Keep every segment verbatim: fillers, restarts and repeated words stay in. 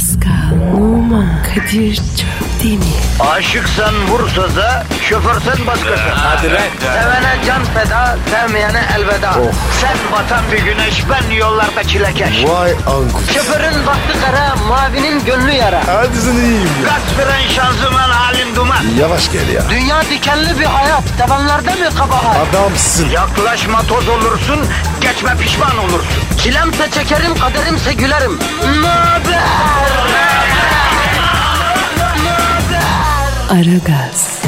Pascal, Oman, Kadir çok değil mi? Aşıksan vursa da, şoförsen başkasın. Hadi lan. Sevene can feda, sevmeyene elveda. Oh. Sen batan bir güneş, ben yollarda çilekeş. Vay anku. Şoförün baktı kara, mavinin gönlü yara. Hadi sen iyiyim ya. Kasperen şanzıman halin duman. Yavaş gel ya. Dünya dikenli bir hayat, sevenlerde mi kabahar? Adamsın. Yaklaşma toz olursun, geçme pişman olursun. Çilemse çekerim, kaderimse gülerim. Möber! Aragaz.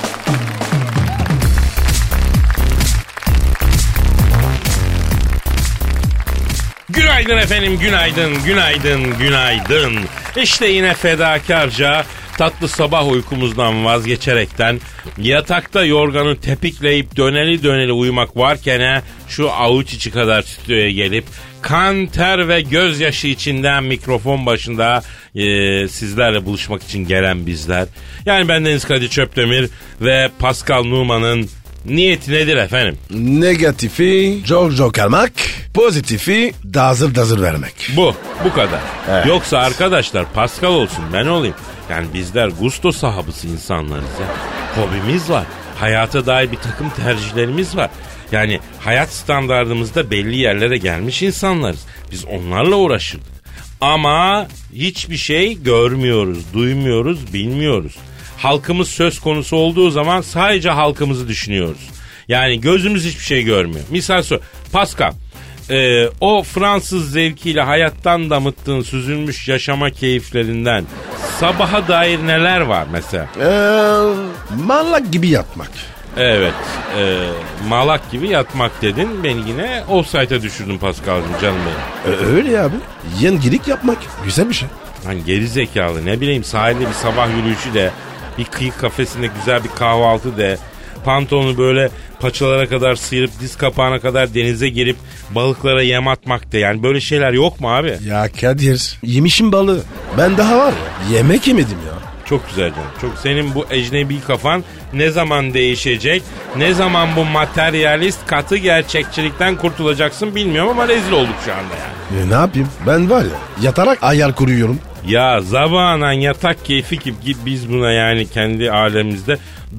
Günaydın efendim, günaydın, günaydın, günaydın. İşte yine fedakarca tatlı sabah uykumuzdan vazgeçerekten yatakta yorganı tepikleyip döneli döneli uyumak varken he, şu avuç içi kadar stüdyoya gelip kan, ter ve gözyaşı içinden mikrofon başında e, sizlerle buluşmak için gelen bizler. Yani bendeniz Kadir Çöpdemir ve Pascal Numa'nın niyeti nedir efendim? Negatifi çok çok almak, pozitifi dazır dazır vermek. Bu, bu kadar. Evet. Yoksa arkadaşlar Pascal olsun, ben olayım. Yani bizler gusto sahabısı insanlarız ya. Hobimiz var. Hayata dair bir takım tercihlerimiz var. Yani hayat standardımızda belli yerlere gelmiş insanlarız. Biz onlarla uğraşırdık. Ama hiçbir şey görmüyoruz, duymuyoruz, bilmiyoruz. Halkımız söz konusu olduğu zaman sadece halkımızı düşünüyoruz. Yani gözümüz hiçbir şey görmüyor. Misal sor, Pascal, e, o Fransız zevkiyle hayattan damıttığın süzülmüş yaşama keyiflerinden sabaha dair neler var mesela? Ee, malak gibi yatmak. Evet, e, malak gibi yatmak dedin, beni yine offside'a düşürdün Pascal'cığım, canım benim. Ee, öyle abi. Yengilik yapmak güzel bir şey. Hani geri zekalı, ne bileyim, sahilde bir sabah yürüyüşü de, bir kıyı kafesinde güzel bir kahvaltı de, pantolonu böyle paçalara kadar sıyırıp diz kapağına kadar denize girip balıklara yem atmak da, yani böyle şeyler yok mu abi? Ya Kadir, yemişim balığı. Ben daha var ya, yemek yemedim ya. Çok güzel canım. Çok, senin bu ecnebi kafan ne zaman değişecek? Ne zaman bu materyalist katı gerçekçilikten kurtulacaksın bilmiyorum ama rezil olduk şu anda yani. E, ne yapayım? Ben var ya, yatarak ayar kuruyorum. Ya zabanan yatak keyfi ki biz buna yani kendi alemimizde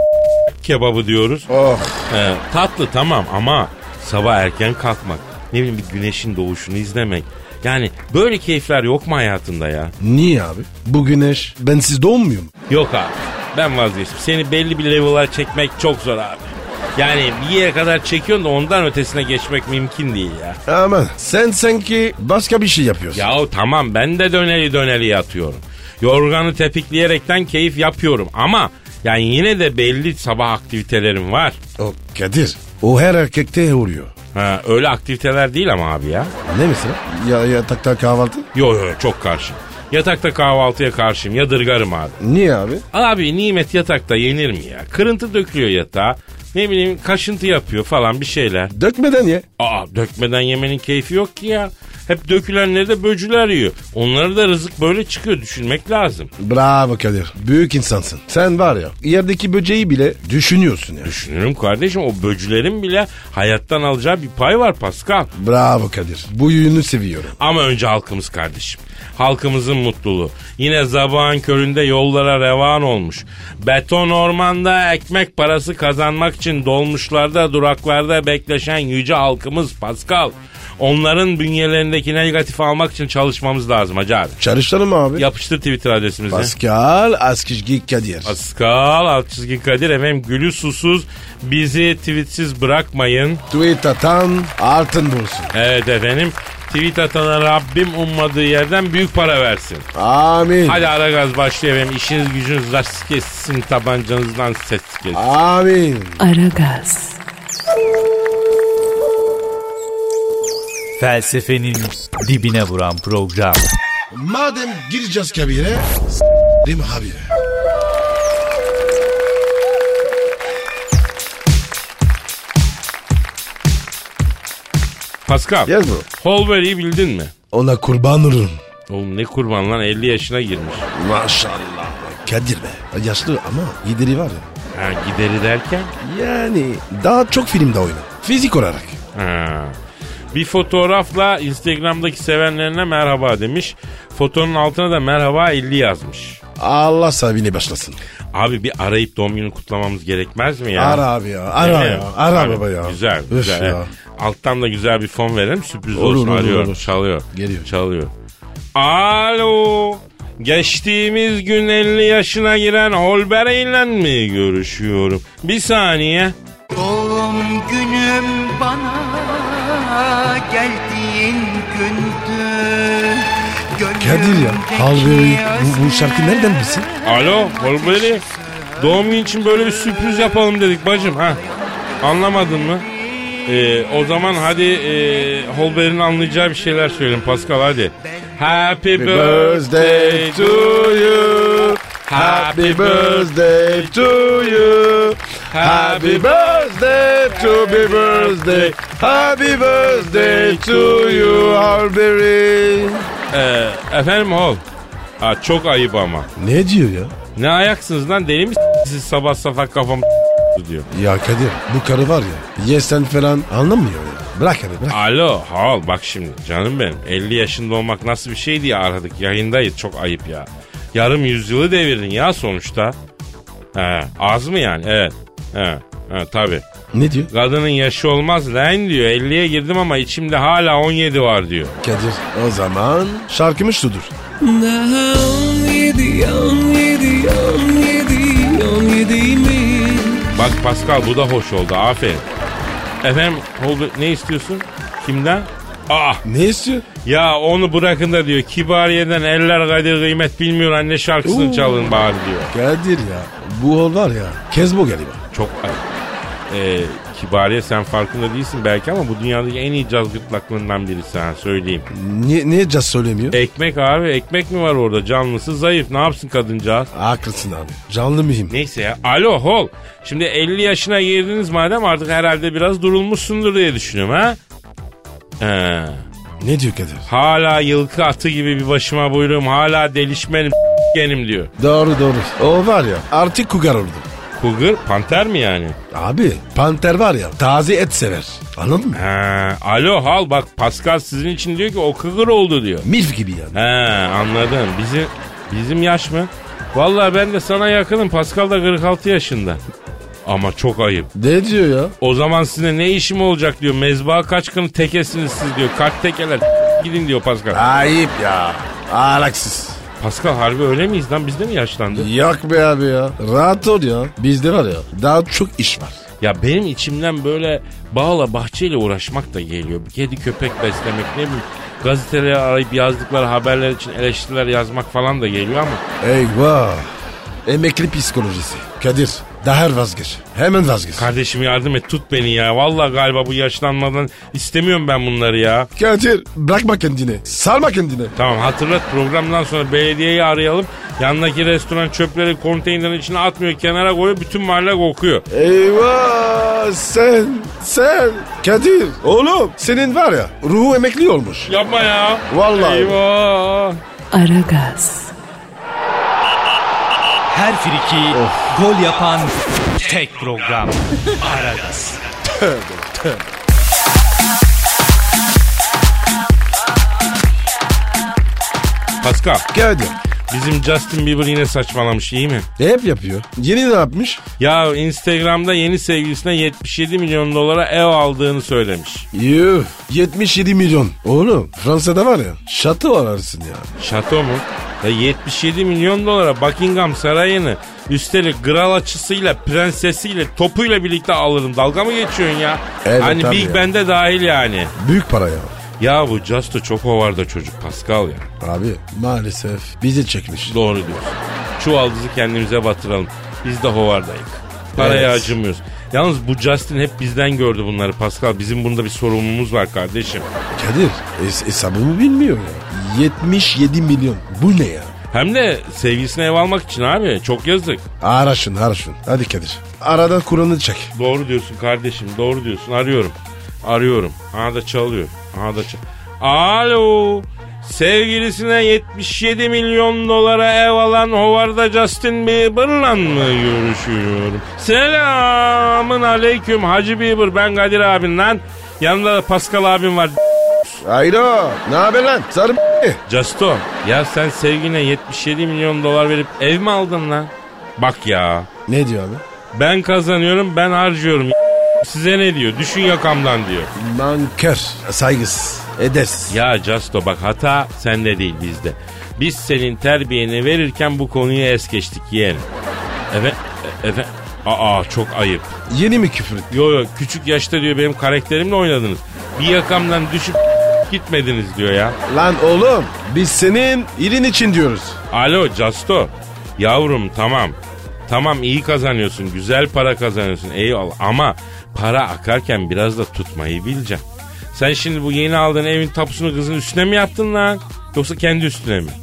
kebabı diyoruz. Oh. Ee, tatlı tamam ama sabah erken kalkmak, ne bileyim bir güneşin doğuşunu izlemek. Yani böyle keyifler yok mu hayatında ya? Niye abi? Bu güneş bensiz doğmuyor mu? Yok abi, ben vazgeçtim. Seni belli bir level'a çekmek çok zor abi. Yani bir yere kadar çekiyorsun da ondan ötesine geçmek mümkün değil ya. Aman sen sanki başka bir şey yapıyorsun. Yahu tamam, ben de döneli döneli yatıyorum. Yorganı tepikleyerekten keyif yapıyorum ama yani yine de belli sabah aktivitelerim var. O Kadir, o her erkekte uğruyor. Ha, öyle aktiviteler değil ama abi ya. Ne mesela? Ya yatakta kahvaltı? Yo yo çok karşıyım. Yatakta kahvaltıya karşıyım, yadırgarım abi. Niye abi? Abi nimet yatakta yenir mi ya? Kırıntı dökülüyor yatağa. Ne bileyim kaşıntı yapıyor falan bir şeyler. Dökmeden ye. Aa, dökmeden yemenin keyfi yok ki ya. Hep dökülenleri de böcüler yiyor. Onları da rızık böyle çıkıyor, düşünmek lazım. Bravo Kadir. Büyük insansın. Sen var ya, yerdeki böceği bile düşünüyorsun ya. Düşünürüm kardeşim, o böcülerin bile hayattan alacağı bir pay var Pascal. Bravo Kadir. Bu yönünü seviyorum. Ama önce halkımız kardeşim. Halkımızın mutluluğu. Yine sabahın köründe yollara revan olmuş. Beton ormanda ekmek parası kazanmak için dolmuşlarda, duraklarda bekleşen yüce halkımız Pascal. Onların bünyelerindeki negatifi almak için çalışmamız lazım hacı abi. Çalışalım abi. Yapıştır Twitter adresimizi. Pascal Askizgi Kadir. Pascal alt çizgi Kadir efendim, gülü susuz bizi tweetsiz bırakmayın. Tweet atan altın bulsun. Evet efendim, tweet atana Rabbim ummadığı yerden büyük para versin. Amin. Hadi Aragaz başlıyor efendim, işiniz gücünüz rast kessin, tabancanızdan ses kessin. Amin. Aragaz. Felsefenin dibine vuran program. Madem gireceğiz kabire, s***rim abi. Pascal, Yes bro. Holberg'i bildin mi? Ona kurban olurum. Oğlum ne kurban lan, elli yaşına girmiş. Maşallah. Kadir be. Yaşlı ama gideri var ya. Ha, gideri derken? Yani daha çok filmde oynar. Fizik olarak. Ha. Bir fotoğrafla Instagram'daki sevenlerine merhaba demiş. Fotonun altına da merhaba elli yazmış. Allah savine başlasın. Abi bir arayıp doğum gününü kutlamamız gerekmez mi ya? Ara abi ya. Ara Evet. ya. Ara Abi, baba ya. Güzel Öf güzel. ya. Evet. Alttan da güzel bir fon verelim sürpriz Olur, olsun. olur, Arıyorum olur. çalıyor. Geliyor. Çalıyor. Alo. Geçtiğimiz gün elli yaşına giren Holber ile mi görüşüyorum? Bir saniye. Doğum günüm bana geldiğin gündü. Kadir ya. Halbuki bu, bu şarkı nereden bilsin? Alo Holber'i. Doğum günü için böyle bir sürpriz yapalım dedik bacım. Ha. Anlamadın mı? Ee, o zaman hadi e, Holber'in anlayacağı bir şeyler söyleyin Pascal hadi. Happy birthday to you. Happy birthday to you. Happy birthday to be birthday. Happy birthday to you Harberry. Ee, efendim Hol. Aa, çok ayıp ama. Ne diyor ya? Ne ayaksınız lan deli mi siz sabah sabah kafam diyor. Ya Kadir bu karı var ya. Yesen falan anlamıyor ya. Bırak hadi bırak. Alo Hol bak şimdi canım benim elli yaşında olmak nasıl bir şey diye aradık yayındayız çok ayıp ya. Yarım yüzyılı devirdin ya sonuçta. He, az mı yani? Evet. He, he, tabii. Ne diyor? Kadının yaşı olmaz lan diyor. elliye girdim ama içimde hala on yedi var diyor. Kadir o zaman şarkımı şudur. Daha on yedi, on yedi, on yedi, on yedi mi? Bak Pascal bu da hoş oldu aferin. Efendim oldu ne istiyorsun? Kimden? Aa Ne istiyor? ya onu bırakın da diyor Kibariye'den eller kadir kıymet bilmiyor anne şarkısını Oo. çalın bari diyor. Kadir ya bu ol var ya Kezbo galiba. Çok ayıp. Ee, Kibariye sen farkında değilsin belki ama bu dünyadaki en iyi caz gırtlaklarından birisi ha söyleyeyim. Niye, niye caz söylemiyor? Ekmek abi ekmek mi var orada canlısı zayıf ne yapsın kadıncağız? Haklısın abi. Canlı mühim. Neyse ya alo Hol şimdi elli yaşına girdiniz madem artık herhalde biraz durulmuşsundur diye düşünüyorum ha. Ee, Ne diyor Kadir? hala yılkı atı gibi bir başıma buyruğum hala delişmenim genim diyor. Doğru doğru. O var ya artık kugar oldu. Cougar panter mi yani? Abi panter var ya taze et sever. Anladın mı? Ha, alo Hal bak Pascal sizin için diyor ki o cougar oldu diyor. Milf gibi yani. He anladım. Bizim bizim yaş mı? Vallahi ben de sana yakınım. Pascal da kırk altı yaşında. Ama çok ayıp. Ne diyor ya? O zaman size ne işim olacak diyor. Mezbaha kaç kını tekesiniz siz diyor. Kalk tekeler gidin diyor Pascal. Ayıp ya. Ahlaksız. Pascal harbi öyle miyiz lan? Biz de mi yaşlandık? Yok be abi ya. Rahat ol ya. Bizde var ya daha çok iş var. Ya benim içimden böyle bağla bahçeyle uğraşmak da geliyor. Kedi köpek beslemek ne bileyim. Gazetelere arayıp yazdıkları haberler için eleştiriler yazmak falan da geliyor ama. Eyvah. Emekli psikolojisi. Kadir daha vazgeç. Hemen vazgeç. Kardeşim yardım et tut beni ya. Vallahi galiba bu yaşlanmadan istemiyorum ben bunları ya. Kadir bırakma kendini. Sarma kendini. Tamam hatırlat programdan sonra belediyeyi arayalım. Yanındaki restoran çöpleri konteynerin içine atmıyor kenara koyuyor bütün mahalle kokuyor. Eyvah sen sen Kadir oğlum senin var ya ruhu emekli olmuş. Yapma ya. Vallahi. Eyvah. Aragaz. Her friki gol yapan tek program. Aragaz. Pascal Kadir bizim Justin Bieber yine saçmalamış iyi mi? hep yapıyor. Yeni ne yapmış? Ya Instagram'da yeni sevgilisine yetmiş yedi milyon dolara ev aldığını söylemiş. Yuh yetmiş yedi milyon. Oğlum Fransa'da var ya şato ararsın ya. Şato mu? Ya yetmiş yedi milyon dolara Buckingham Sarayı'nı üstelik kral açısıyla, prensesiyle, topuyla birlikte alırım. Dalga mı geçiyorsun ya? Evet, hani tabii Big ya. Ben'de dahil yani. Büyük para ya. Ya bu Justo çok hovarda çocuk Pascal ya. Abi maalesef bizi çekmiş. Doğru diyorsun. Çuvaldızı kendimize batıralım. Biz de hovardayız. Paraya Evet. acımıyoruz. Yalnız bu Justin hep bizden gördü bunları Pascal. Bizim bunda bir sorumluluğumuz var kardeşim. Kadir es- hesabımı bilmiyor ya. yetmiş yedi milyon. Bu ne ya? Hem de sevgilisine ev almak için abi. Çok yazık. Ara şunu ara şunu. Hadi Kadir. Aradan Kur'an'ı çek. Doğru diyorsun kardeşim. Doğru diyorsun. Arıyorum. Arıyorum. Aha da çalıyor. Aha da çal. Alo. Sevgilisine yetmiş yedi milyon dolara ev alan Howard'a Justin Bieber'la mı görüşüyorum? Selamın aleyküm Hacı Bieber. Ben Kadir abin lan. Yanında da Pascal abim var. Hayro. Ne haber lan? Sarı Casto, ya sen sevgine yetmiş yedi milyon dolar verip ev mi aldın lan? Bak ya. Ne diyor abi? Ben kazanıyorum, ben harcıyorum. Size ne diyor? Düşün yakamdan diyor. Nankör, saygısız, ederiz. Ya Casto bak, hata sende değil bizde. Biz senin terbiyeni verirken bu konuyu es geçtik yeğenim. Evet, evet. Aa çok ayıp. Yeni mi küfür etti? Yo yo, küçük yaşta diyor benim karakterimle oynadınız. Bir yakamdan düşüp gitmediniz diyor ya. Lan oğlum, biz senin iyiliğin için diyoruz. Alo Casto. Yavrum tamam. Tamam, iyi kazanıyorsun, güzel para kazanıyorsun, eyvallah, ama para akarken biraz da tutmayı bileceksin. Sen şimdi bu yeni aldığın evin tapusunu kızın üstüne mi yaptın lan? Yoksa kendi üstüne mi?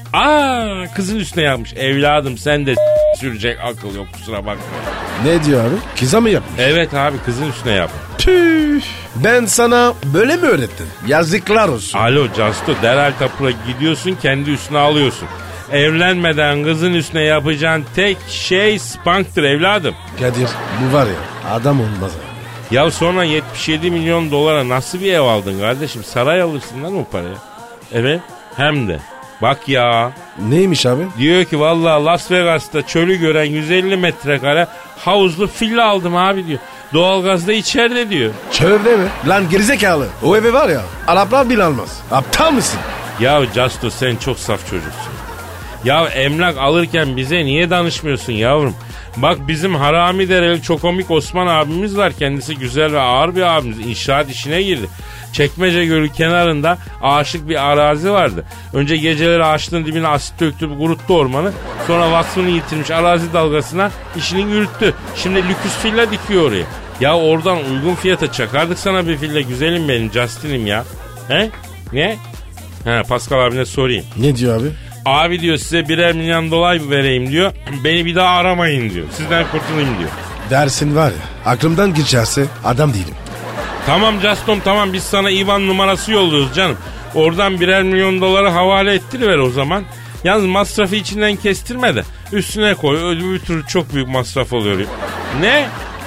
Aa, kızın üstüne yapmış. Evladım sen de sürecek akıl yok, kusura bakma. Ne diyor abi? Kıza mı yapmış? Evet abi, kızın üstüne yap. Tüh. Ben sana böyle mi öğrettim? Yazıklar olsun. Alo Casto, derhal tapura gidiyorsun, kendi üstüne alıyorsun. Evlenmeden kızın üstüne yapacağın tek şey spanktır evladım. Kadir, bu var ya, adam olmaz abi. Ya sonra yetmiş yedi milyon dolara nasıl bir ev aldın kardeşim? Saray alırsın lan o paraya. Evet, hem de. Bak ya. Neymiş abi? Diyor ki vallahi Las Vegas'ta çölü gören yüz elli metrekare havuzlu villa aldım abi diyor. Doğalgazda içeride diyor. Çölde mi? Lan gerizekalı. O evi var ya, Araplar bile almaz. Aptal mısın? Ya Casto, sen çok saf çocuksun. Ya emlak alırken bize niye danışmıyorsun yavrum? Bak bizim Harami Dereli Çokomik Osman abimiz var. Kendisi güzel ve ağır bir abimiz. İnşaat işine girdi. Çekmece Gölü kenarında ağaçlık bir arazi vardı. Önce geceleri ağaçlığın dibine asit döktü, kuruttu ormanı. Sonra vasfını yitirmiş arazi dalgasına işini yürüttü. Şimdi lüküs villa dikiyor oraya. Ya oradan uygun fiyata çakardık sana bir villa güzelim benim, Justin'im ya. He? Ne? He, Pascal abine sorayım. Ne diyor abi? Abi diyor, size birer milyon dolar vereyim diyor. Beni bir daha aramayın diyor. Sizden kurtulayım diyor. Dersin var ya, aklımdan geçerse adam değilim. Tamam Justin, tamam, biz sana İvan numarası yolluyoruz canım. Oradan birer milyon doları havale ettiriver o zaman. Yalnız masrafı içinden kestirme de üstüne koy. Öbür türlü çok büyük masraf oluyor. Ne?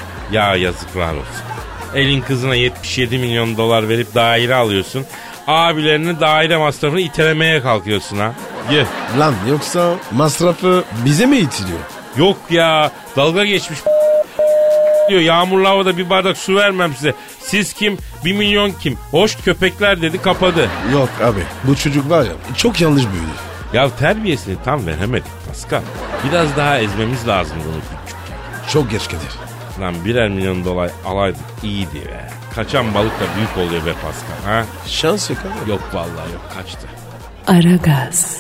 Ya yazıklar olsun. Elin kızına yetmiş yedi milyon dolar verip daire alıyorsun. Abilerini daire masrafını itelemeye kalkıyorsun ha. Ye. Lan yoksa masrafı bize mi itiliyor? Yok ya, dalga geçmiş diyor. Yağmurlu havada bir bardak su vermem size. Siz kim? Bir milyon kim? Hoş köpekler dedi, kapadı. Yok abi, bu çocuk var ya, çok yanlış büyüdü. Ya terbiyesini tam veremedik Pascal. Biraz daha ezmemiz lazım bunu küçükken. Çok geç Kadir. Lan birer milyon dolar alaydık iyiydi be. Kaçan balık da büyük oluyor be Pascal ha? Şans yok abi. Yok vallahi yok, kaçtı. Aragaz.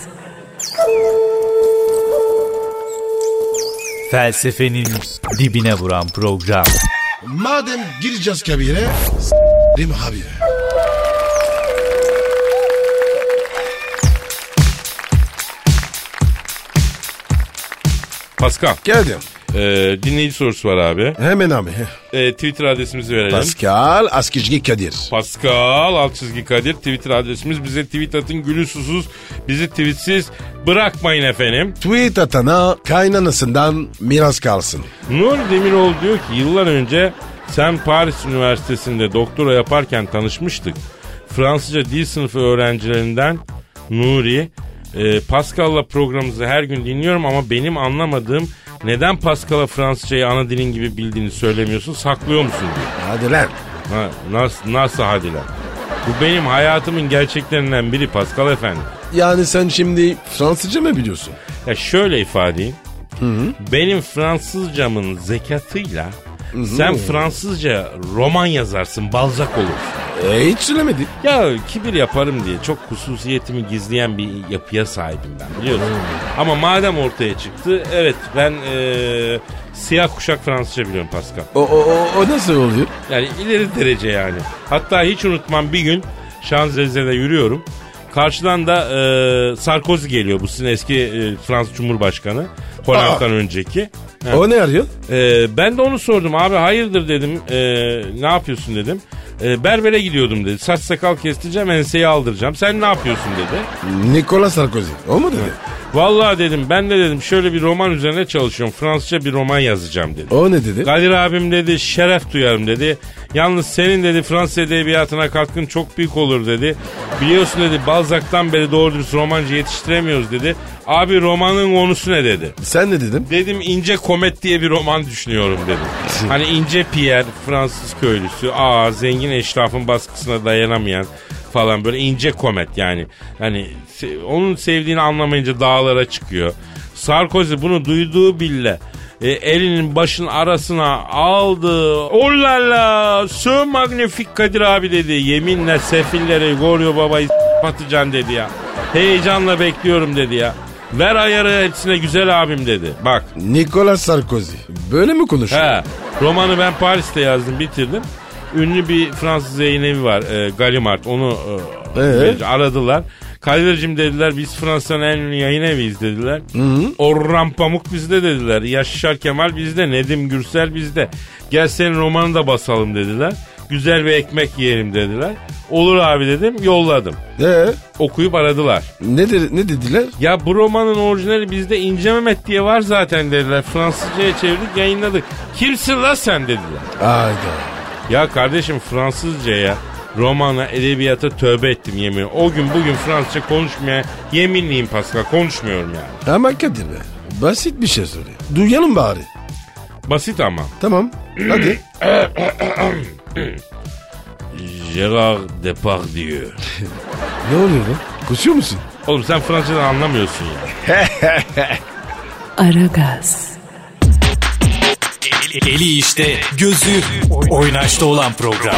Felsefenin dibine vuran program. Madem gireceğiz kabire, s***rim abi. Pascal. Geldim. Ee, dinleyici sorusu var abi. Hemen abi. Ee, Twitter adresimizi verelim. Pascal Askizgi Kadir. Pascal alt çizgi Kadir Twitter adresimiz. Bize tweet atın, gülü susuz, bizi tweetsiz bırakmayın efendim. Tweet atana kaynanasından miras kalsın. Nuri Demiroğlu diyor ki yıllar önce sen Paris Üniversitesi'nde doktora yaparken tanışmıştık. Fransızca dil sınıfı öğrencilerinden Nuri. E, Pascal'la programımızı her gün dinliyorum ama benim anlamadığım, neden Pascal'a Fransızcayı ana dilin gibi bildiğini söylemiyorsun, saklıyor musun diyor. Hadi lan. Ha, nasıl, nasıl hadi lan? Bu benim hayatımın gerçeklerinden biri Pascal efendi. Yani sen şimdi Fransızca mı biliyorsun? Ya şöyle ifade edeyim. Hı hı. Benim Fransızcamın zekatıyla hı hı. sen Fransızca roman yazarsın, Balzac olursun. E, hiç söylemedik. Ya kibir yaparım diye çok hususiyetimi gizleyen bir yapıya sahibim ben, biliyorsun. Hmm. Ama madem ortaya çıktı, evet ben ee, siyah kuşak Fransızca biliyorum Pascal. O, o, o, o nasıl oluyor? Yani ileri derece yani. Hatta hiç unutmam, bir gün Şanzelize'de yürüyorum. Karşıdan da e, Sarkozy geliyor, bu sizin eski e, Fransız Cumhurbaşkanı. Hollanda'dan önceki. Ha. O ne arıyor? E, ben de onu sordum, abi hayırdır dedim, e, ne yapıyorsun dedim. E, berbere gidiyordum dedi. Saç sakal kestireceğim, enseyi aldıracağım. Sen ne yapıyorsun dedi. Nicolas Sarkozy. O mu dedi? Vallahi dedim ben de dedim şöyle bir roman üzerine çalışıyorum. Fransızca bir roman yazacağım dedi. O ne dedi? Kadir abim dedi şeref duyarım dedi. Yalnız senin dedi Fransız edebiyatına katkın çok büyük olur dedi. Biliyorsun dedi Balzac'tan beri doğru dürüst romancı yetiştiremiyoruz dedi. Abi romanın konusu ne dedi. Sen ne dedin? Dedim İnce Komet diye bir roman düşünüyorum dedim. Hani İnce Pierre Fransız köylüsü. Aa zengin eşrafın baskısına dayanamayan falan böyle ince komet yani. Hani se- onun sevdiğini anlamayınca dağlara çıkıyor. Sarkozy bunu duyduğu bile e, elinin başının arasına aldı. Ollala so magnifik Kadir abi dedi. Yeminle sefilleri Goryo babayı patacan dedi ya. Heyecanla bekliyorum dedi ya. Ver ayarı hepsine güzel abim dedi. Bak. Nicolas Sarkozy. Böyle mi konuşuyor? He, romanı ben Paris'te yazdım bitirdim. Ünlü bir Fransız yayın evi var e, Gallimard onu e, Ee? aradılar. Kadir'cim dediler biz Fransa'nın en ünlü yayın eviyiz dediler. Orhan Pamuk bizde dediler. Yaşar Kemal bizde. Nedim Gürsel bizde. Gel senin romanı da basalım dediler. Güzel bir ekmek yiyelim dediler. Olur abi dedim yolladım. Ee? Okuyup aradılar. Ne, de, ne dediler? Ya bu romanın orijinali bizde İnce Mehmet diye var zaten dediler. Fransızcaya çevirdik yayınladık. Kimsin la sen dediler. Ayda. Ya kardeşim Fransızcaya, romana, edebiyata tövbe ettim yemin. O gün bugün Fransızca konuşmaya yeminliyim Pascal konuşmuyorum yani. Ama Kadir be. Basit bir şey söyle. Duyalım bari. Basit ama. Tamam. Hadi. Gérard Depardieu. Ne oluyor lan? Kusuyor musun? Oğlum sen Fransızcadan anlamıyorsun ya. Aragaz. Eli işte, gözü oynaşta olan program.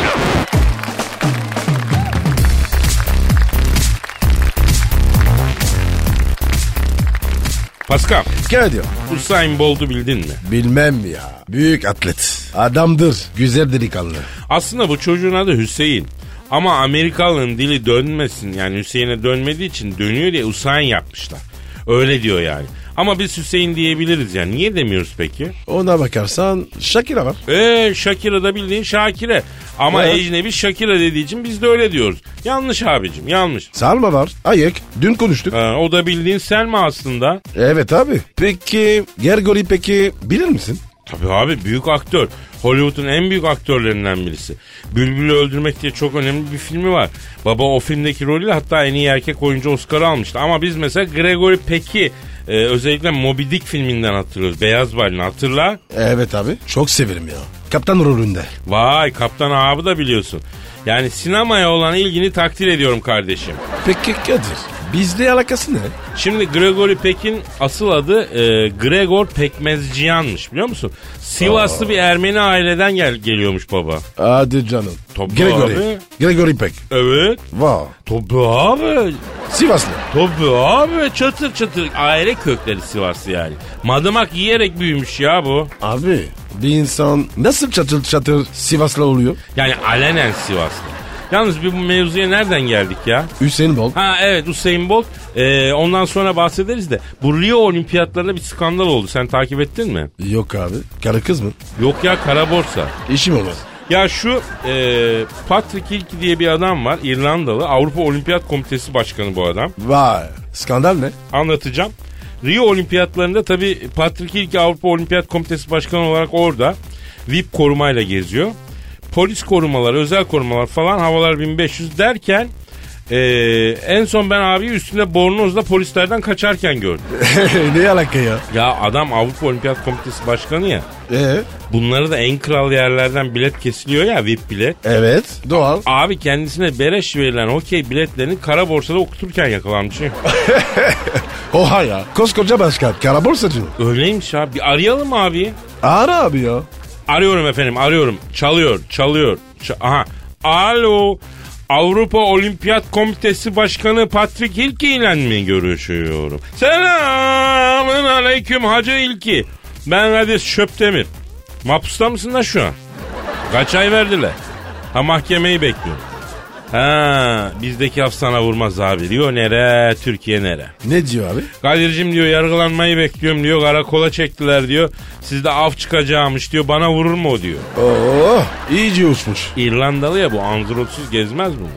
Pascal, Kadir. Usain Bolt'u bildin mi? Bilmem ya. Büyük atlet. Adamdır. Güzel delikanlı. Aslında bu çocuğun adı Hüseyin. Ama Amerikalı'nın dili dönmesin yani Hüseyin'e dönmediği için dönüyor diye Usain yapmışlar. Öyle diyor yani. Ama biz Hüseyin diyebiliriz yani. Niye demiyoruz peki? Ona bakarsan Shakira var. Eee Shakira da bildiğin Şakire. Ama Evet. ecnebi Shakira dediği için biz de öyle diyoruz. Yanlış abicim yanlış. Salma var. Ayık. Dün konuştuk. Ee, o da bildiğin Selma aslında. Evet abi. Peki Gergori peki bilir misin? Tabii abi büyük aktör. Hollywood'un en büyük aktörlerinden birisi. Bülbül'ü Öldürmek diye çok önemli bir filmi var. Baba o filmdeki rolüyle hatta en iyi erkek oyuncu Oscar'ı almıştı. Ama biz mesela Gregory Peck'i e, özellikle Moby Dick filminden hatırlıyoruz. Beyaz Balina hatırla. Evet abi. Çok severim ya. Kaptan rolünde. Vay Kaptan abi da biliyorsun. Yani sinemaya olan ilgini takdir ediyorum kardeşim. Peki Kadir. Bizle alakası ne? Şimdi Gregory Peck'in asıl adı e, Gregor Pekmezciyan'mış biliyor musun? Sivaslı Aa. bir Ermeni aileden gel geliyormuş baba. Hadi canım. Tabii Gregory. abi. Gregory Peck. Evet. Wow. Tabii abi. Sivaslı. Tabii abi çatır çatır aile kökleri Sivaslı yani. Madımak yiyerek büyümüş ya bu. Abi bir insan nasıl çatır çatır Sivaslı oluyor? Yani alenen Sivaslı. Yalnız bir bu mevzuya nereden geldik ya? Hüseyin Bolt. Ha evet Usain Bolt. Ee, ondan sonra bahsederiz de. Bu Rio olimpiyatlarında bir skandal oldu. Sen takip ettin mi? Yok abi. Karı kız mı? Yok ya kara borsa. İşim olmaz. Ya şu e, Patrick Hilke diye bir adam var. İrlandalı. Avrupa Olimpiyat Komitesi Başkanı bu adam. Vay. Skandal ne? Anlatacağım. Rio olimpiyatlarında tabii Patrick Hilke Avrupa Olimpiyat Komitesi Başkanı olarak orada. V I P korumayla geziyor. Polis korumalar, özel korumalar falan havalar bin beş yüz derken e, en son ben abi üstünde bornozla polislerden kaçarken gördüm. Ne alaka ya? Ya adam Avrupa Olimpiyat Komitesi Başkanı ya. Ee? Bunları da en kral yerlerden bilet kesiliyor ya V I P bilet. Evet. Doğal. Abi kendisine beleş verilen hokey biletlerini kara borsada okuturken yakalanmış. Oha ya. Koskoca başkan. Kara borsacı. Öyleymiş abi. Bir arayalım abi. Ara abi ya. Arıyorum efendim arıyorum. Çalıyor çalıyor. Ç- Aha. Alo. Avrupa Olimpiyat Komitesi Başkanı Patrick Hilke ile mi görüşüyorum? Selamün aleyküm Hacı Hilke. Ben Kadir Şöpdemir. Mahpusta mısın da şu an? Kaç ay verdiler? Ha mahkemeyi bekliyorum. Ha bizdeki af sana vurmaz abi diyor. Nere? Türkiye nere? Ne diyor abi? Kadir'cim diyor yargılanmayı bekliyorum diyor. Karakola çektiler diyor. Sizde af çıkacağımış diyor. Bana vurur mu o diyor. Oo, iyice uçmuş. İrlandalı ya bu anzurotsuz gezmez mi?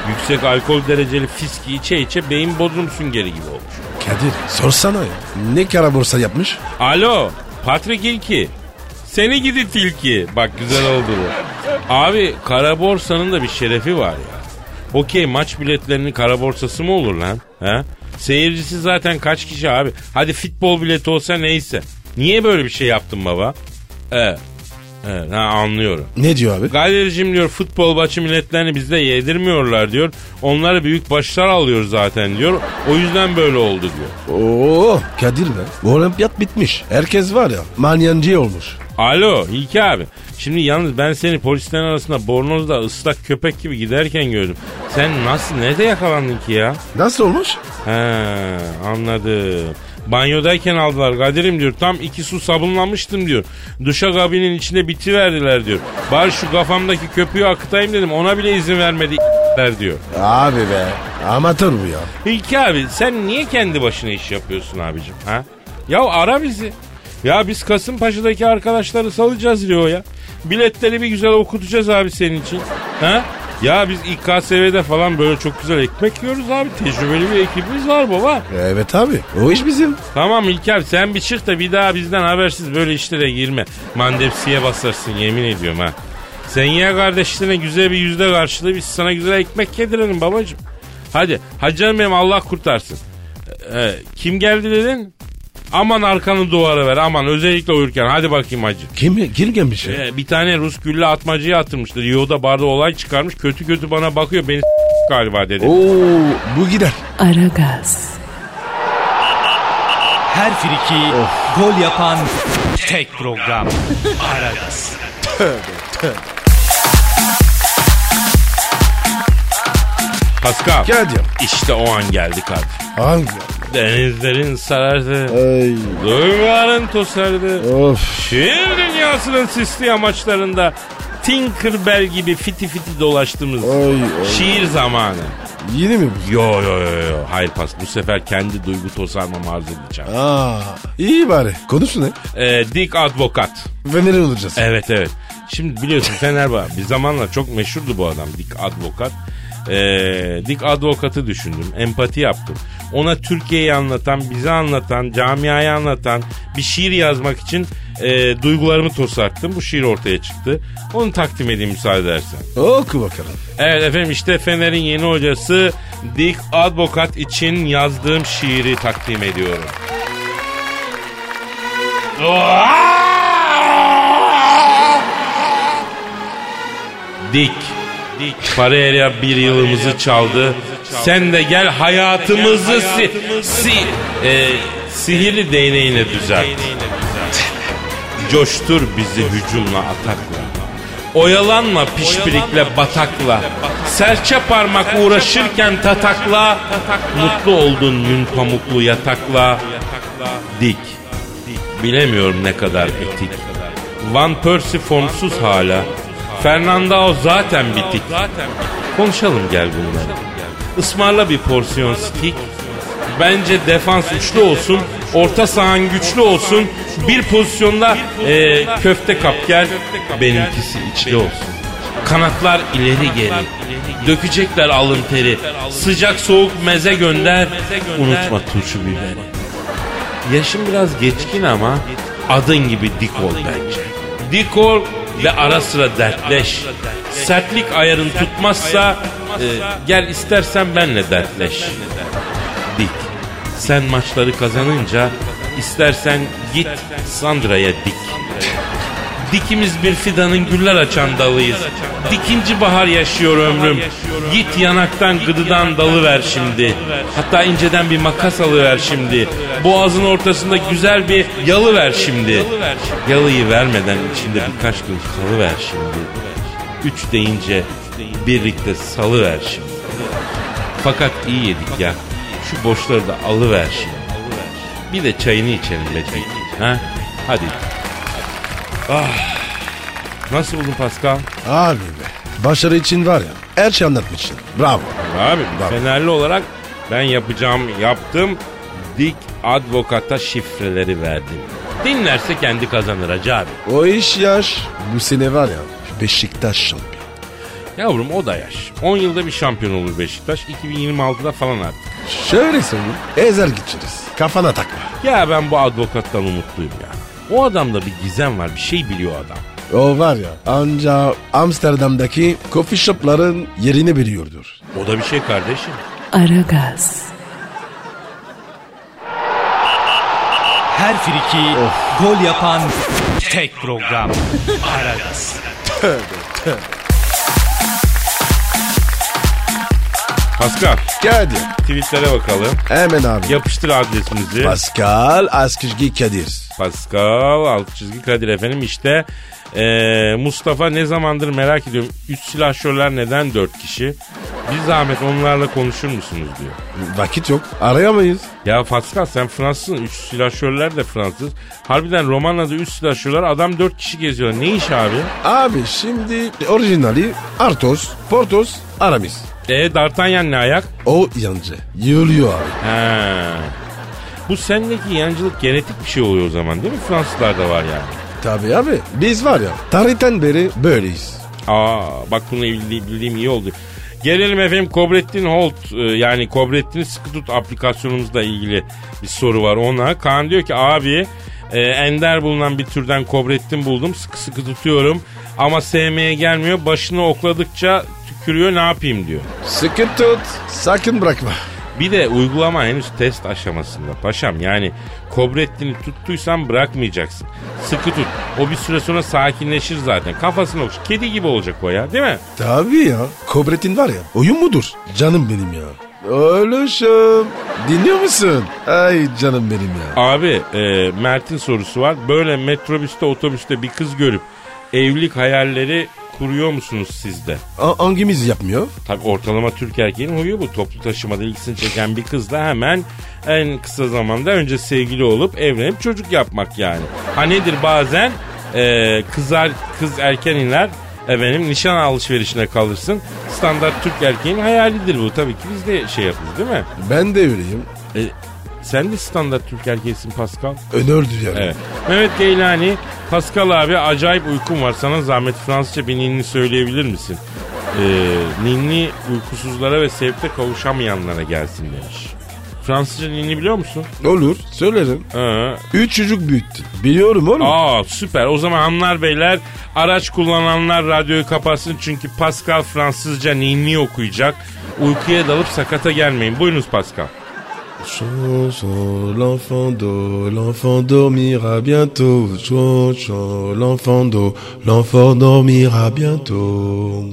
Yüksek alkol dereceli fiski içe içe beyin bodrum süngeri gibi olmuş. Kadir sorsana ya. Ne kara borsa yapmış? Alo Patrick İlki. Seni gidi tilki. Bak güzel oldu bu. Abi kara borsanın da bir şerefi var ya. Okey maç biletlerinin kara borsası mı olur lan? He? Seyircisi zaten kaç kişi abi? Hadi futbol bileti olsa neyse. Niye böyle bir şey yaptın baba? Evet. Evet ha, anlıyorum. Ne diyor abi? Galericim diyor futbol maçı milletlerini bizde yedirmiyorlar diyor. Onları büyük başlar alıyor zaten diyor. O yüzden böyle oldu diyor. Oo Kadir be. Olimpiyat bitmiş. Herkes var ya manyancı olmuş. Alo İlki abi. Şimdi yalnız ben seni polislerin arasında bornozda ıslak köpek gibi giderken gördüm. Sen nasıl nerede yakalandın ki ya? Nasıl olmuş? He anladım. Banyodayken aldılar Kadir'im diyor. Tam iki su sabunlamıştım diyor. Duşakabinin içinde bitiverdiler diyor. Bari şu kafamdaki köpüğü akıtayım dedim. Ona bile izin vermedi diyor. Abi be. Amatör bu ya. İlki abi sen niye kendi başına iş yapıyorsun abicim? Ha? Ya ara bizi. Ya biz Kasımpaşa'daki arkadaşları salacağız diyor ya. Biletleri bir güzel okutacağız abi senin için. Ha? Ya biz İ K S V'de falan böyle çok güzel ekmek yiyoruz abi. Tecrübeli bir ekibimiz var baba. Evet abi. O iş bizim. Tamam İlker sen bir çık da bir daha bizden habersiz böyle işlere girme. Mandepsiye basarsın yemin ediyorum ha. Sen ya kardeşlerine güzel bir yüzde karşılığı biz sana güzel ekmek yedirelim babacığım. Hadi. Hadi canım benim Allah kurtarsın. Ee, kim geldi dedin? Aman arkanı duvara ver aman özellikle uyurken hadi bakayım hacı. Kim girgen bir şey? Ee, bir tane Rus gülle atmacıyı atırmıştır. Yoda barda olay çıkarmış kötü kötü bana bakıyor beni galiba dedi. Oo bu gider. Aragaz. Her friki gol yapan tek program. Aragaz. Pascal. Geldi. İşte o an geldi kardeşim. Hangi? Denizlerin sarardı. Ay. Duyguların tosardı. Of. Şiir dünyasının sisli yamaçlarında Tinkerbell gibi fiti fiti dolaştığımız Oy, oy. şiir zamanı. Yeni mi bu? Yo yo yo yo. Hayır pas bu sefer kendi duygu tosarmamı arz edeceğim. Aa, iyi bari. Konusu ne? Ee, Dick Advokat. Ve nereye olacağız? Evet evet. Şimdi biliyorsun Fenerbahçe bir zamanlar çok meşhurdu bu adam Dick Advokat. Ee, Dick Advokat'ı düşündüm. Empati yaptım. Ona Türkiye'yi anlatan, bizi anlatan, camiayı anlatan bir şiir yazmak için e, duygularımı tosarttım. Bu şiir ortaya çıktı. Onu takdim edeyim müsaade edersen. Oku bakalım. Evet efendim işte Fener'in yeni hocası Dick Advokat için yazdığım şiiri takdim ediyorum. Dick, Dick Paraya bir yılımızı çaldı. Sen de gel hayatımızı si, si, e, sihirli değneğine düzelt. Coştur bizi hücumla atakla. Oyalanma pişpirikle batakla. Serçe parmak uğraşırken tatakla. Mutlu oldun yün pamuklu yatakla. Dick, bilemiyorum ne kadar etik. Van Persie formsuz hala. Fernandao zaten bitik. Konuşalım gel bunları. Ismarla bir porsiyon stik. Bence defans üçlü olsun. Orta sahan güçlü olsun. Bir pozisyonda e, köfte kap gel. Benimkisi içli olsun. Kanatlar ileri geri. Dökecekler alın teri. Sıcak soğuk meze gönder. Unutma turşu biberi. Yaşım biraz geçkin ama adın gibi dik ol bence. Dik ol ve ara sıra dertleş. Sertlik ayarın tutmazsa e, gel istersen benle dertleş. Dik. Sen maçları kazanınca istersen git Sandra'ya dik. Dikimiz bir fidanın güller açan dalıyız. Dikinci bahar yaşıyor ömrüm. Git yanaktan gıdıdan dalı ver şimdi. Hatta inceden bir makas alıver şimdi. Boğazın ortasında güzel bir yalı ver şimdi. Yalıyı vermeden içinde birkaç gün kalıver şimdi. Üç deyince birlikte salıver şimdi. Fakat iyi yedik ya. Şu boşları da alıver şimdi. Bir de çayını içelim be. Ha? Hadi. Ah. Nasıl buldun Pascal? Abi be. Başarı için var ya her şey anlatmışsın. Bravo. Abi Bravo. Fenerli olarak ben yapacağım yaptım. Dick Advokat'a şifreleri verdim. Dinlerse kendi kazanır hacı abi. O iş yaş. Bu sene var ya Beşiktaş şampiyon. Yavrum o da yaş. on yılda bir şampiyon olur Beşiktaş. iki bin yirmi altıda falan artık. Şöyle söyleyeyim. Ezer gideceğiz. Kafana takma. Ya ben bu advokattan umutluyum ya. O adamda bir gizem var. Bir şey biliyor adam. O var ya anca Amsterdam'daki coffee shop'ların yerini biliyordur. O da bir şey kardeşim. Aragaz, Her friki gol yapan tek program. Aragaz. Pascal, Kadir. tweetlere bakalım. Hemen abi. Yapıştır adresimizi. Pascal Askışgi Kadir. Pascal alt çizgi Kadir efendim. İşte ee, Mustafa ne zamandır merak ediyorum. Üç silahşörler neden dört kişi? Bir zahmet onlarla konuşur musunuz diyor. Vakit yok. Arayamayız. Ya Pascal sen Fransızsın. Üç silahşörler de Fransız. Harbiden romanlarda üç silahşörler adam dört kişi geziyorlar. Ne iş abi? Abi şimdi orijinali Arthos, Porthos, Aramis. E D'Artagnan ne ayak? O yancı. Yığılıyor abi. He. Bu sendeki yancılık genetik bir şey oluyor o zaman değil mi? Fransızlarda var yani. Tabii abi. Biz var ya tarihten beri böyleyiz. Aa bak bunu bildiğim, bildiğim iyi oldu. Gelelim efendim Kobrettin Holt yani Kobrettin Sıkı Tut aplikasyonumuzla ilgili bir soru var ona. Kaan diyor ki abi e, ender bulunan bir türden Kobrettin buldum sıkı sıkı tutuyorum ama sevmeye gelmiyor başını okladıkça tükürüyor ne yapayım diyor. Sıkı tut. Sakın bırakma. Bir de uygulama henüz test aşamasında paşam yani Kobrettin'i tuttuysan bırakmayacaksın. Sıkı tut. O bir süre sonra sakinleşir zaten. Kafasını okşa. Kedi gibi olacak o ya değil mi? Tabii ya. Kobrettin var ya. Oyun mudur? Canım benim ya. Oğluşum. Dinliyor musun? Ay canım benim ya. Abi e, Mert'in sorusu var. Böyle metrobüste otobüste bir kız görüp evlilik hayalleri kuruyor musunuz siz de? A- hangimiz yapmıyor? Tabii ortalama Türk erkeğinin huyu bu. Toplu taşımada ilgisini çeken bir kızla hemen en kısa zamanda önce sevgili olup evlenip çocuk yapmak yani. Ha nedir bazen e, kızar, kız erken iner efendim nişan alışverişine kalırsın. Standart Türk erkeğin hayalidir bu. Tabii ki biz de şey yapıyoruz değil mi? Ben de öyleyim. E, sen de standart Türk erkeğisin Pascal. Önördü yani. Evet. Mehmet Geylani, Pascal abi acayip uykum var. Sana zahmet Fransızca bir ninni söyleyebilir misin? Ee, ninni uykusuzlara ve sevkte kavuşamayanlara gelsin demiş. Fransızca ninni biliyor musun? Olur. Söylerim. Ee, Üç çocuk büyüttün. Biliyorum oğlum. aa süper. O zaman hanımlar beyler araç kullananlar radyoyu kapatsın. Çünkü Pascal Fransızca ninni okuyacak. Uykuya dalıp sakata gelmeyin. Buyurunuz Pascal. Chanson, l'enfant d'eau, l'enfant dormira bientôt. Chanson, l'enfant d'eau, l'enfant dormira bientôt.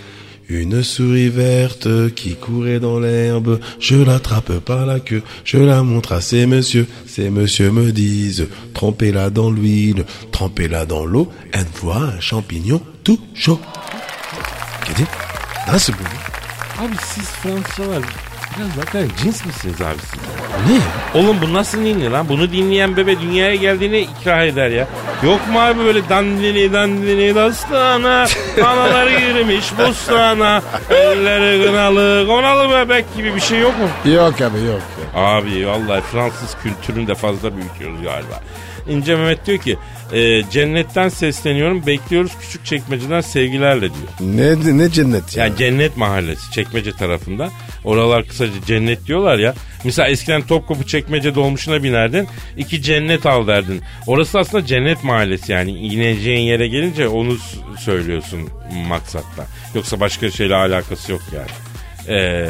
Une souris verte qui courait dans l'herbe, je l'attrape par la queue, je la montre à ces messieurs. Ces messieurs me disent, trempez-la dans l'huile, trempez-la dans l'eau, elle voit un champignon tout chaud. Kedi, nasıl bu? Abi siz Fransızlar biraz bakın cins misiniz abi siz? Ne? Oğlum bu nasıl ninni lan? Bunu dinleyen bebe dünyaya geldiğine ikrah eder ya. Yok mu abi böyle dandini dandini dastana, analar girmiş bostana, elleri kınalı, konalı bebek gibi bir şey yok mu? Yok abi yok. Abi vallahi Fransız kültürünü de fazla büyütüyoruz galiba. İnce Mehmet diyor ki e, cennetten sesleniyorum bekliyoruz küçük çekmeceden sevgilerle diyor. Ne ne cennet ya? Yani cennet mahallesi Çekmece tarafında. Oralar kısaca cennet diyorlar ya. Mesela eskiden Topkapı Çekmece dolmuşuna binerdin. İki cennet al derdin. Orası aslında cennet mahallesi yani. İneceğin yere gelince onu söylüyorsun maksatta. Yoksa başka şeyle alakası yok yani. Eee...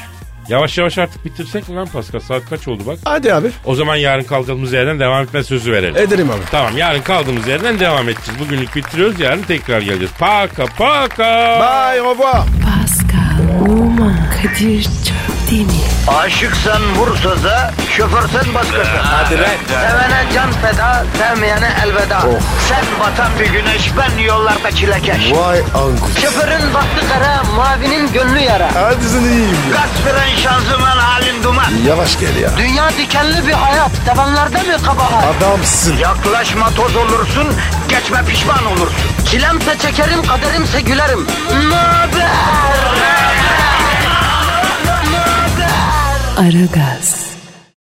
Yavaş yavaş artık bitirsek mi lan Pascal? Saat kaç oldu bak? Hadi abi. O zaman yarın kaldığımız yerden devam etme sözü verelim. Ederim abi. Tamam yarın kaldığımız yerden devam edeceğiz. Bugünlük bitiriyoruz yarın tekrar geleceğiz. Paka paka. Bye au revoir. Pascal, Oman, Kadir çok değil mi? Aşıksan vursa da şoförsen başkasın. Hadi lan. Sevene can feda, sevmeyene elveda. Sen batan bir güneş, ben yollarda çilekeş. Vay anku. Şoförün baktı kara, mavinin gönlü yara. Hadi sen iyiyim ya. Kasperen şanzıman halin duman. Yavaş gel ya. Dünya dikenli bir hayat, sevenlerde mi kabahar? Adamsın. Yaklaşma toz olursun, geçme pişman olursun. Çilemse çekerim, kaderimse gülerim. Möber! Aragaz.